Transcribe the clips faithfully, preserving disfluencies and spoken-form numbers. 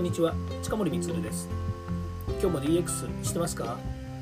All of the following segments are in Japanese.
んにちは、近森光です。今日も ディーエックス してますか？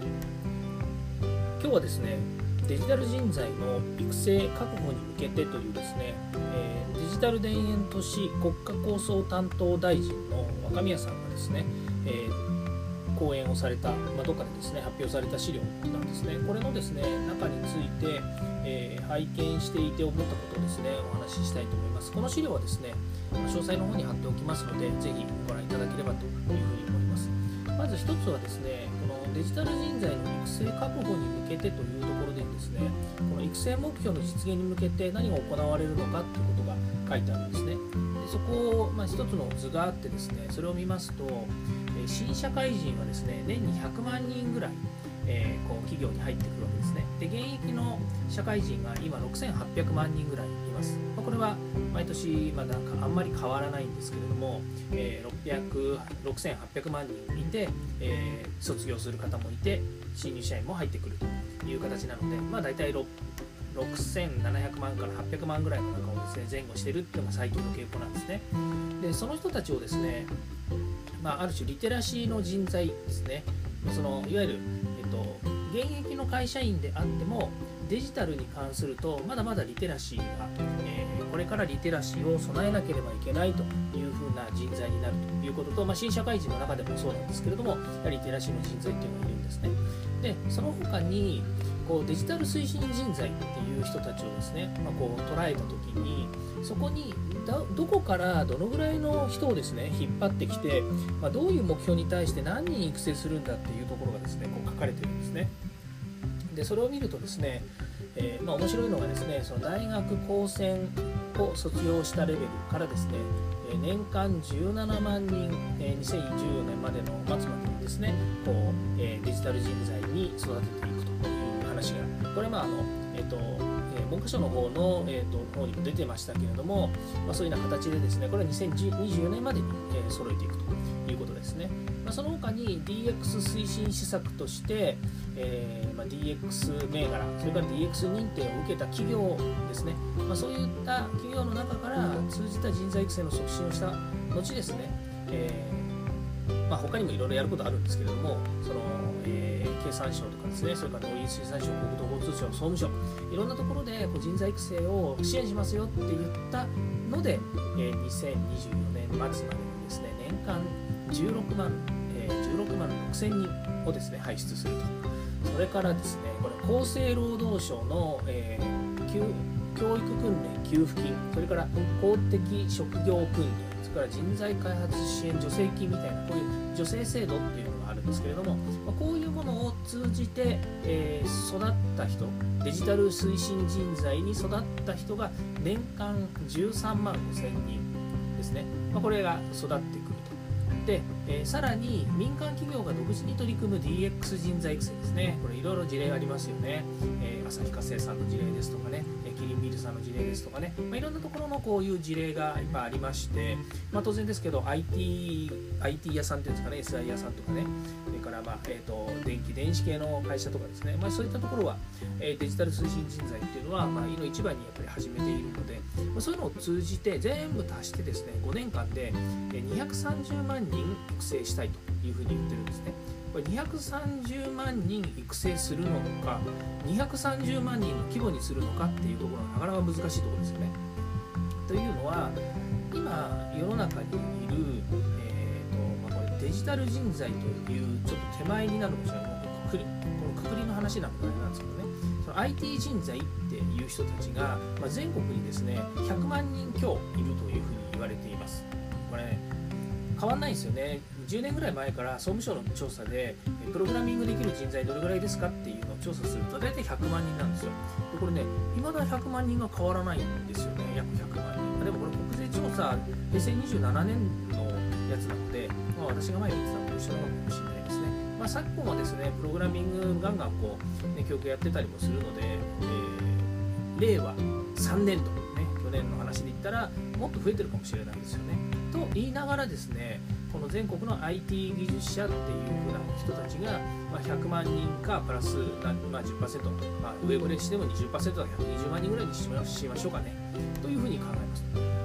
今日はですね、デジタル人材の育成確保に向けてというですね、えー、デジタル田園都市国家構想担当大臣の若宮さんがですね、えー、講演をされた、まあ、どっかでですね発表された資料なんですね。これのですね中について、えー、拝見していて思ったことをですねお話ししたいと思います。この資料はですね詳細の方に貼っておきますので、ぜひご覧いただければというふうに思います。まず一つはですね、このデジタル人材の育成確保に向けてというところでですね、この育成目標の実現に向けて何が行われるのかということが書いてあるんですね。でそこを、まあ、一つの図があってですね、それを見ますと、え新社会人はですね、年にひゃくまんにんぐらい、えー、こう企業に入ってくるわけですね。で、現役の社会人が今ろくせんはっぴゃくまんにんぐらいいます。まあ、これは毎年まだあんまり変わらないんですけれども、えー、ろくせんはっぴゃくまんにんいて、えー、卒業する方もいて、新入社員も入ってくるという形なので、まあ、大体ろくせんななひゃくまんからはっぴゃくまんぐらいの中をですね前後しているっていうのが最近の傾向なんですね。で、その人たちをですね、まあ、ある種リテラシーの人材ですね、そのいわゆる、えっと、現役の会社員であってもデジタルに関するとまだまだリテラシーが、えー、これからリテラシーを備えなければいけないというふうな人材になるということと、まあ、新社会人の中でもそうなんですけれども、やはりリテラシーの人材っていうのがいるんですね。で、その他にこうデジタル推進人材っていう人たちをですね、まあ、こう捉えた時に、そこにどこからどのぐらいの人をですね引っ張ってきて、まあ、どういう目標に対して何人育成するんだっていうところがですねこう書かれてるんですね。でそれを見るとですね、えーまあ、面白いのがですね、その大学高専を卒業したレベルからですね、えー、年間じゅうななまんにん、えー、にせんじゅうよねんまでの末までにですねこう、えー、デジタル人材に育てていくという話が、これはまああのえっ、ー、と文科省の方の、えー、と方にも出てましたけれども、まあ、そういうような形でですね、これはにせんにじゅうよねんまでに、えー、揃えていくということですね。まあ、その他に ディーエックス 推進施策として、えーまあ、ディーエックス 銘柄、それから ディーエックス 認定を受けた企業ですね、まあ、そういった企業の中から通じた人材育成の促進をした後ですね、えーまあ、他にもいろいろやることあるんですけれども、その、えー、経産省とかですね、それから農林水産省、国土交通省、総務省、いろんなところでこう人材育成を支援しますよって言ったので、えー、にせんにじゅうよねん末までにですね、年間じゅうろくまん、えー、じゅうろくまんろくせんにんをですね輩出すると。それからですね、これ厚生労働省の、えー、教育訓練給付金、それから公的職業訓練、それから人材開発支援助成金みたいなこういう助成制度っていうのがあるんですけれども、まあ、こういうものを通じて、えー、育った人、デジタル推進人材に育った人が年間じゅうさんまんごせんにんですね、まあ、これが育ってくると。で、えー、さらに民間企業が独自に取り組む ディーエックス 人材育成ですね、これいろいろ事例がありますよね。えー、旭化成さんの事例ですとかね、キリンビールさんの事例ですとかね、まあ、いろんなところのこういう事例が今ありまして、まあ、当然ですけど アイティー, アイティー 屋さんっていうんですかね、 エスアイ 屋さんとかね、それから、まあえー、と電気電子系の会社とかですね、まあ、そういったところは、えー、デジタル推進人材っていうのは、まあ、いの一番にやっぱり始めているので、まあ、そういうのを通じて全部足してですねごねんかんでにひゃくさんじゅうまんにん育成したいというふうに言ってるんですね。これにひゃくさんじゅうまんにん育成するのか、にひゃくさんじゅうまんにんの規模にするのかっていうところはなかなか難しいところですよね。というのは、今世の中にいる、えーとまあ、これデジタル人材というちょっと手前になるかもしれない、くくりこのくくりの話なんであれなんですけどね、その アイティー 人材っていう人たちが、まあ、全国にですねひゃくまんにん強いるというふうに言われています。これ、ね、変わんないんですよね。じゅうねんぐらい前から総務省の調査でプログラミングできる人材どれぐらいですかっていうのを調査すると大体ひゃくまんにんなんですよ。でこれね、未だひゃくまんにんが変わらないんですよね。約ひゃくまんにん。でもこれ国税調査へいせいにじゅうななねんのやつなので、まあ、私が前見てたのと一緒なのかもしれないですね。まあ、昨今はですねプログラミングガンガンこう、ね、教育やってたりもするので、えー、れいわさんねんど、ね、去年の話で言ったらもっと増えてるかもしれないですよね。と言いながらですね、この全国の アイティー 技術者っていう風な人たちが、まあ、ひゃくまんにんかプラス、まあ、じゅっパーセント、まあ、上振れしても にじゅっパーセント かひゃくにじゅうまんにんぐらいにしましょうかねというふうに考えます。ひゃ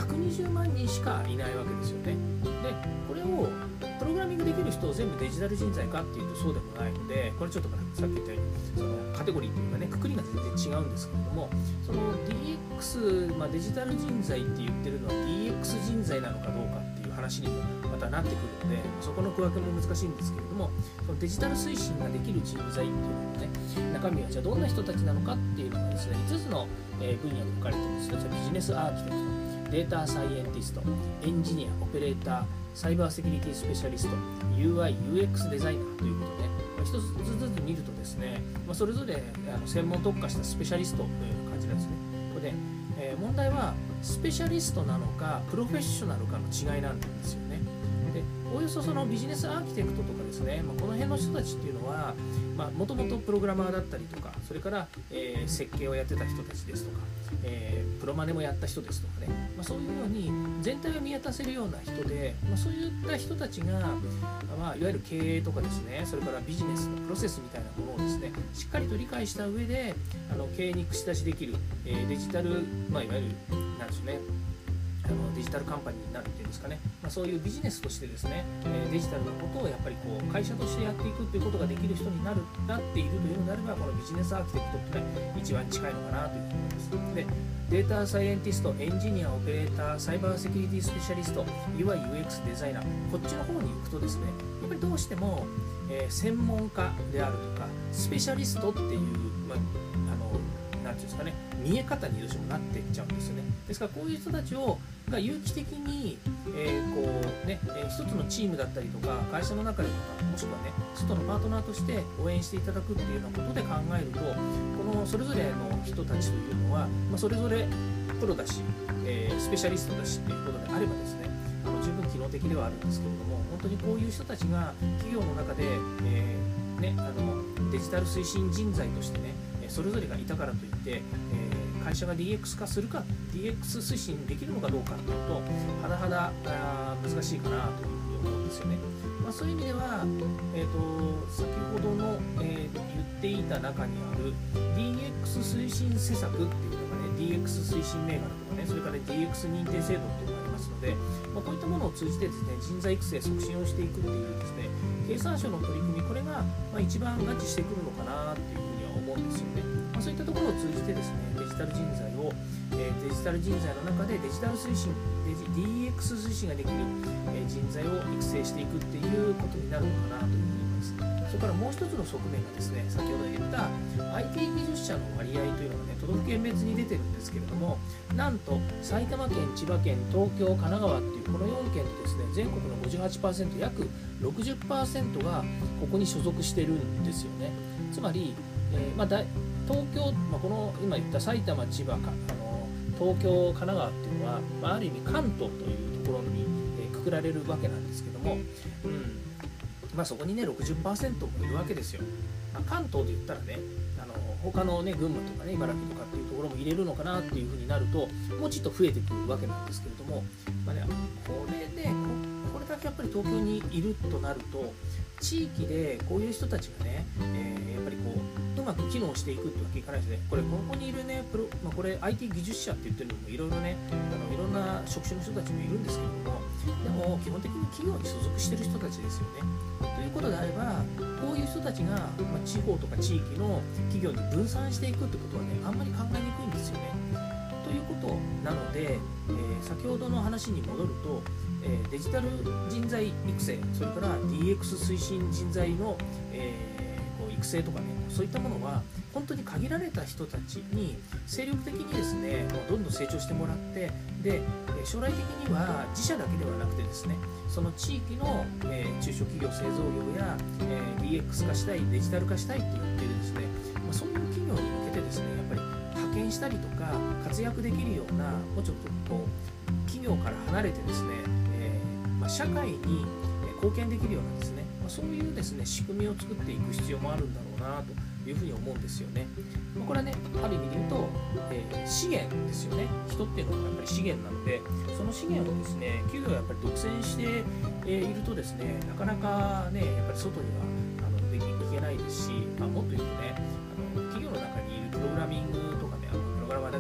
ゃくにじゅうまんにんしかいないわけですよね。でこれをプログラミングできる人を全部デジタル人材かっていうとそうでもないので、これちょっとさっき言ったようにそのカテゴリーというかね、くくりが全然違うんですけれども、その ディーエックス、まあ、デジタル人材って言ってるのは ディーエックス 人材なのかどうかっていう話にもまたなってくるので、そこの区分けも難しいんですけれども、そのデジタル推進ができる人材っていうのはね、中身はじゃあどんな人たちなのかっていうのがですね、いつつの分野で分かれています。例えばビジネスアーキテクト、データサイエンティスト、エンジニア、オペレーター、サイバーセキュリティスペシャリスト、ユーアイ、ユーエックス デザイナーということで、まあ、一つずつ見るとですね、まあ、それぞれあの専門特化したスペシャリストという感じなんですね。これで、えー、問題はスペシャリストなのかプロフェッショナルかの違いなんですよね。でおおよそそのビジネスアーキテクトとかですね、まあ、この辺の人たちっていうのはもともとプログラマーだったりとか、それから、えー、設計をやってた人たちですとか、えー、プロマネもやった人ですとかね、まあ、そういうように全体を見渡せるような人で、まあ、そういった人たちが、まあ、いわゆる経営とかですね、それからビジネスのプロセスみたいなものをですね、しっかりと理解した上であの経営に口出しできる、えー、デジタル、まあ、いわゆるなんでしょうね、あのデジタルカンパニーになるっていうんですかね、まあ、そういうビジネスとしてですね、えー、デジタルのことをやっぱりこう会社としてやっていくということができる人になるなっているというのであれば、このビジネスアーキテクトってね、一番近いのかなというふうに思います。でデータサイエンティスト、エンジニア、オペレーター、サイバーセキュリティスペシャリスト、ユーアイ、ユーエックス デザイナー、こっちの方に行くとですね、やっぱりどうしても、えー、専門家であるとかスペシャリストっていう、まあ、あのなんていうんですかね、見え方にどうしてもなっていっちゃうんですよね。ですからこういう人たちをが有機的に、えーこうねえー、一つのチームだったりとか会社の中でとか、もしくはね外のパートナーとして応援していただくっていうようなことで考えると、このそれぞれの人たちというのは、まあ、それぞれプロだし、えー、スペシャリストだしっていうことであればですね、あの十分機能的ではあるんですけれども、本当にこういう人たちが企業の中で、えーね、あのデジタル推進人材としてね、それぞれがいたからといって、えー、会社が ディーエックス 化するか、ディーエックス 推進できるのかどうかというと、はだはだ難しいかなというふうに思うんですよね。まあ、そういう意味では、えー、と先ほどの、えー、言っていた中にある ディーエックス 推進施策っていうのがね、 ディーエックス 推進銘柄とかね、それから、ね、ディーエックス 認定制度っていうのがありますので、まあ、こういったものを通じてですね、人材育成促進をしていくっていうですね、経産省の取り組み、これが、まあ、一番合致してくるのかなっていうふうには思うんですよね。まあ、そういったところを通じてですね、デジタル人材を、えー、デジタル人材の中でデジタル推進、ディーエックス 推進ができる、えー、人材を育成していくっていうことになるのかなというふうに思います。それからもう一つの側面がですね、先ほど言った アイティー 技術者の割合というのがね、都道府県別に出てるんですけれども、なんと埼玉県、千葉県、東京、神奈川っていうこのよん県とですね、全国の ごじゅうはちパーセント、約 ろくじゅっパーセント がここに所属してるんですよね。つまり、えーまあ、だ東京、まあ、この今言った埼玉、千葉か、あの東京、神奈川っていうのは、まあ、ある意味関東というところに、えー、くくられるわけなんですけども、うんまあ、そこにね ろくじゅっパーセント もいるわけですよ。まあ、関東で言ったらね、あの他のね群馬とかね茨城とかっていうところも入れるのかなっていうふうになると、もうちょっと増えてくるわけなんですけれども、まあね、これで こ, これだけやっぱり東京にいるとなると、地域でこういう人たちがね、えー、やっぱりこううまく機能していくってわけいかないですね。これここにいるねプロ、まあ、これ アイティー 技術者って言ってるのもいろいろね、あのいろんな職種の人たちもいるんですけれども、でも基本的に企業に所属してる人たちですよね。ということであれば、こういう人たちが、まあ、地方とか地域の企業に分散していくってことはね、あんまり考えにくいんですよね。ということなので、えー、先ほどの話に戻ると、えー、デジタル人材育成、それから ディーエックス 推進人材の、えー、こう育成とかね、そういったものは本当に限られた人たちに精力的にですね、もうどんどん成長してもらって、で将来的には自社だけではなくてですね、その地域の、えー、中小企業製造業や、えー、ディーエックス 化したい、デジタル化したいって言ってるですね、まあ、そういう企業に向けてですね、やっぱり派遣したりとか活躍できるような、もうちょっとこう企業から離れてですね、えーまあ、社会に貢献できるようなですね、まあ、そういうですね仕組みを作っていく必要もあるんだろうなというふうに思うんですよね。まあ、これはね、ある意味で言うと、えー、資源ですよね。人っていうのはやっぱり資源なので、その資源をですね、企業がやっぱり独占しているとですね、なかなかね、やっぱり外にはあのできいけないですし、まあ、もっと言うとね、あの企業の中にいるプログラミングとかね、あのプログラマーだけ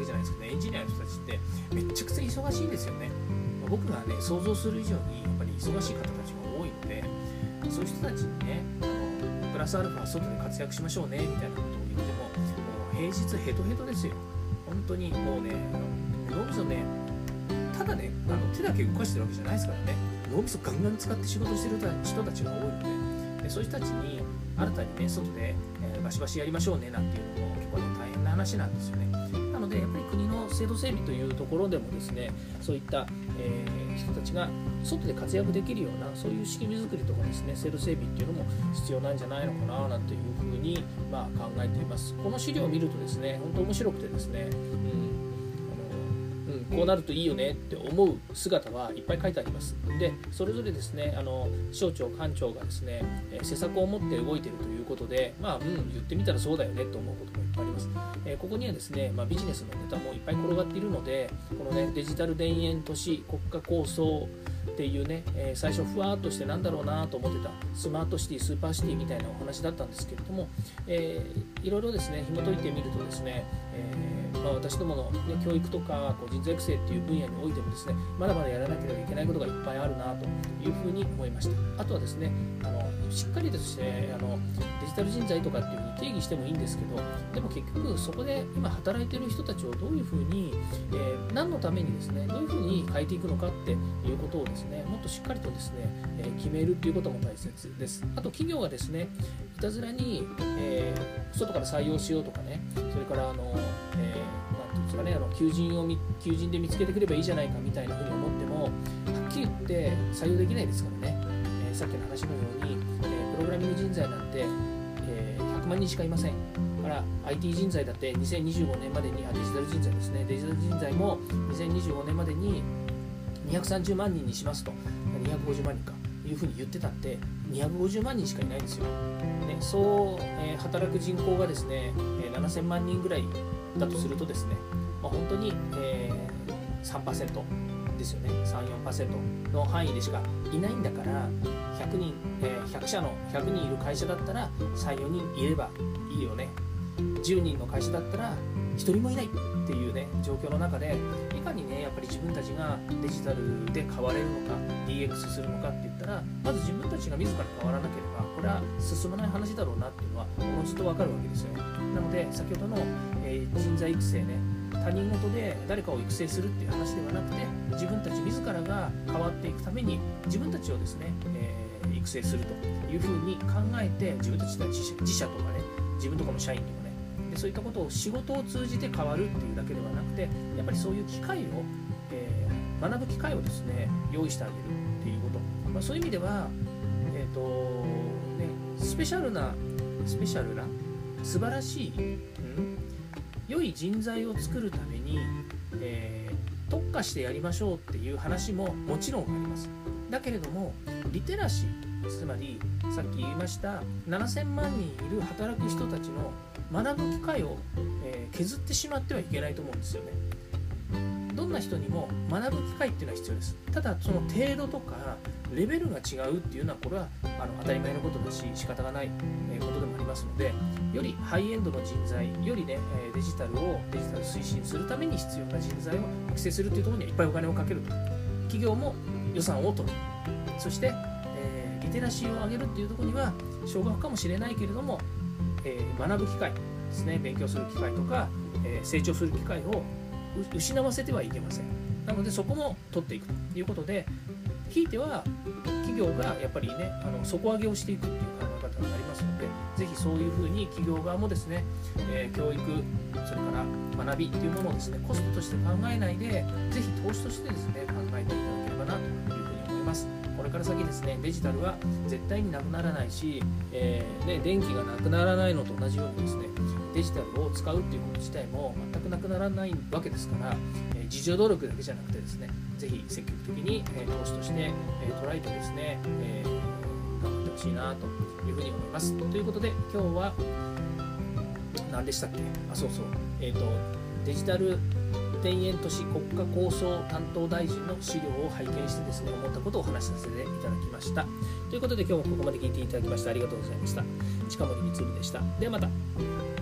けじゃないですけど、ね、エンジニアの人たちってめちゃくちゃ忙しいんですよね。僕がね想像する以上にやっぱり忙しい方たちが多いので、そういう人たちにねあのプラスアルファ外で活躍しましょうねみたいなことを言っても、もう平日ヘトヘトですよ。本当にもうね脳みそねただねあの手だけ動かしてるわけじゃないですからね、脳みそガンガン使って仕事してる人たちが多いので、でそういう人たちに新たにね外で、えー、バシバシやりましょうねなんていうのも結構ね大変な話なんですよね。なのでやっぱり国の制度整備というところでもですね、そういった、えー、人たちが外で活躍できるようなそういう仕組み作りとかですね、制度整備っていうのも必要なんじゃないのかななんていうふうに、まあ、考えています。この資料を見るとですね、本当面白くてですね、うんあのうん、こうなるといいよねって思う姿はいっぱい書いてあります。でそれぞれですね、あの省庁官庁がですね、えー、施策を持って動いているということで、まあ、うん、言ってみたらそうだよねと思うこともいっぱいあります。えー、ここにはですね、まあ、ビジネスのネタもいっぱい転がっているので、このねデジタル田園都市国家構想っていうね、えー、最初ふわーっとしてなんだろうなと思ってたスマートシティスーパーシティみたいなお話だったんですけれども、えー、いろいろですね紐解いてみるとですね、えーまあ、私どもの、ね、教育とかこう人材育成っていう分野においてもですね、まだまだやらなければいけないことがいっぱいあるなというふうに思いました。あとはですね、あのしっかりとして、あのデジタル人材とかっていうふうに定義してもいいんですけど、でも結局そこで今働いている人たちをどういうふうに、えー、何のためにですねどういうふうに変えていくのかっていうことをですねもっとしっかりとですね、えー、決めるっていうことも大切です。あと企業がですねいたずらに、えー、外から採用しようとかね、それからあの、えー、なんていうんですかね、あの求人を求人で見つけてくればいいじゃないかみたいなふうに思ってもはっきり言って採用できないですからね。えー、さっきの話のように、えー、プログラミング人材なんて、えー、ひゃくまんにんしかいませんから、 アイティー 人材だってにせんにじゅうごねんまでに、あデジタル人材ですね、デジタル人材もにせんにじゅうごねんまでににひゃくさんじゅうまんにんにしますと、にひゃくごじゅうまんにんかいうふうに言ってたってにひゃくごじゅうまんにんしかいないんですよ、ね、そう、えー、働く人口がですね、えー、ななせんまんにんぐらいだとするとですね、まあ、本当に、えー、さんパーセントですよね、さん、よんパーセント の範囲でしかいないんだから、ひゃくにん、えー、ひゃくしゃのひゃくにんいる会社だったらさん、よにんいればいいよね、じゅうにんの会社だったらひとりもいないっていうね状況の中で、いかにねやっぱり自分たちがデジタルで変われるのか ディーエックス するのかって言ったら、まず自分たちが自ら変わらなければこれは進まない話だろうなっていうのはおのずと分かるわけですよね。なので先ほどの、えー、人材育成ね、他人事で誰かを育成するっていう話ではなくて、自分たち自らが変わっていくために自分たちをですね、えー、育成するというふうに考えて、自分たちの自社、自社とかね、自分とかの社員にもね、でそういったことを仕事を通じて変わるっていうだけではなくて、やっぱりそういう機会を、えー、学ぶ機会をですね用意してあげるっていうこと、まあ、そういう意味では、えーとね、スペシャルなスペシャルな素晴らしい、うん、良い人材を作るために、えー、特化してやりましょうっていう話ももちろんあります。だけれどもリテラシー、つまりさっき言いましたななせんまんにんいる働く人たちの学ぶ機会を、えー、削ってしまってはいけないと思うんですよね。どんな人にも学ぶ機会っていうのは必要です。ただその程度とかレベルが違うっていうのはこれはあの当たり前のことだし仕方がない、えー、ことでもありますので、よりハイエンドの人材よりね、えー、デジタルをデジタル推進するために必要な人材を育成するっていうところにはいっぱいお金をかけると、企業も予算を取る、そして、えー、リテラシーを上げるっていうところには少額かもしれないけれども、えー、学ぶ機会ですね、勉強する機会とか、えー、成長する機会を失わせてはいけません。なのでそこも取っていくということで、ひいては企業がやっぱりねあの底上げをしていくっていう考え方になりますので、ぜひそういうふうに企業側もですね、えー、教育、それから学びっていうものをですねコストとして考えないで、ぜひ投資としてですね考えていただければなというふうに思います。これから先ですね、デジタルは絶対になくならないし、えーね、電気がなくならないのと同じようにですね、デジタルを使うっていうこと自体も全くなくならないわけですから、えー、自助努力だけじゃなくてですね、ぜひ積極的に、えー、投資として、えー、捉えてですね、えー、頑張ってほしいなというふうに思います。ということで今日は何でしたっけ、あそうそう、えーと、デジタル田園都市国家構想担当大臣の資料を拝見してですね思ったことをお話しさせていただきました。ということで今日もここまで聞いていただきましてありがとうございました。近森光でした。ではまた。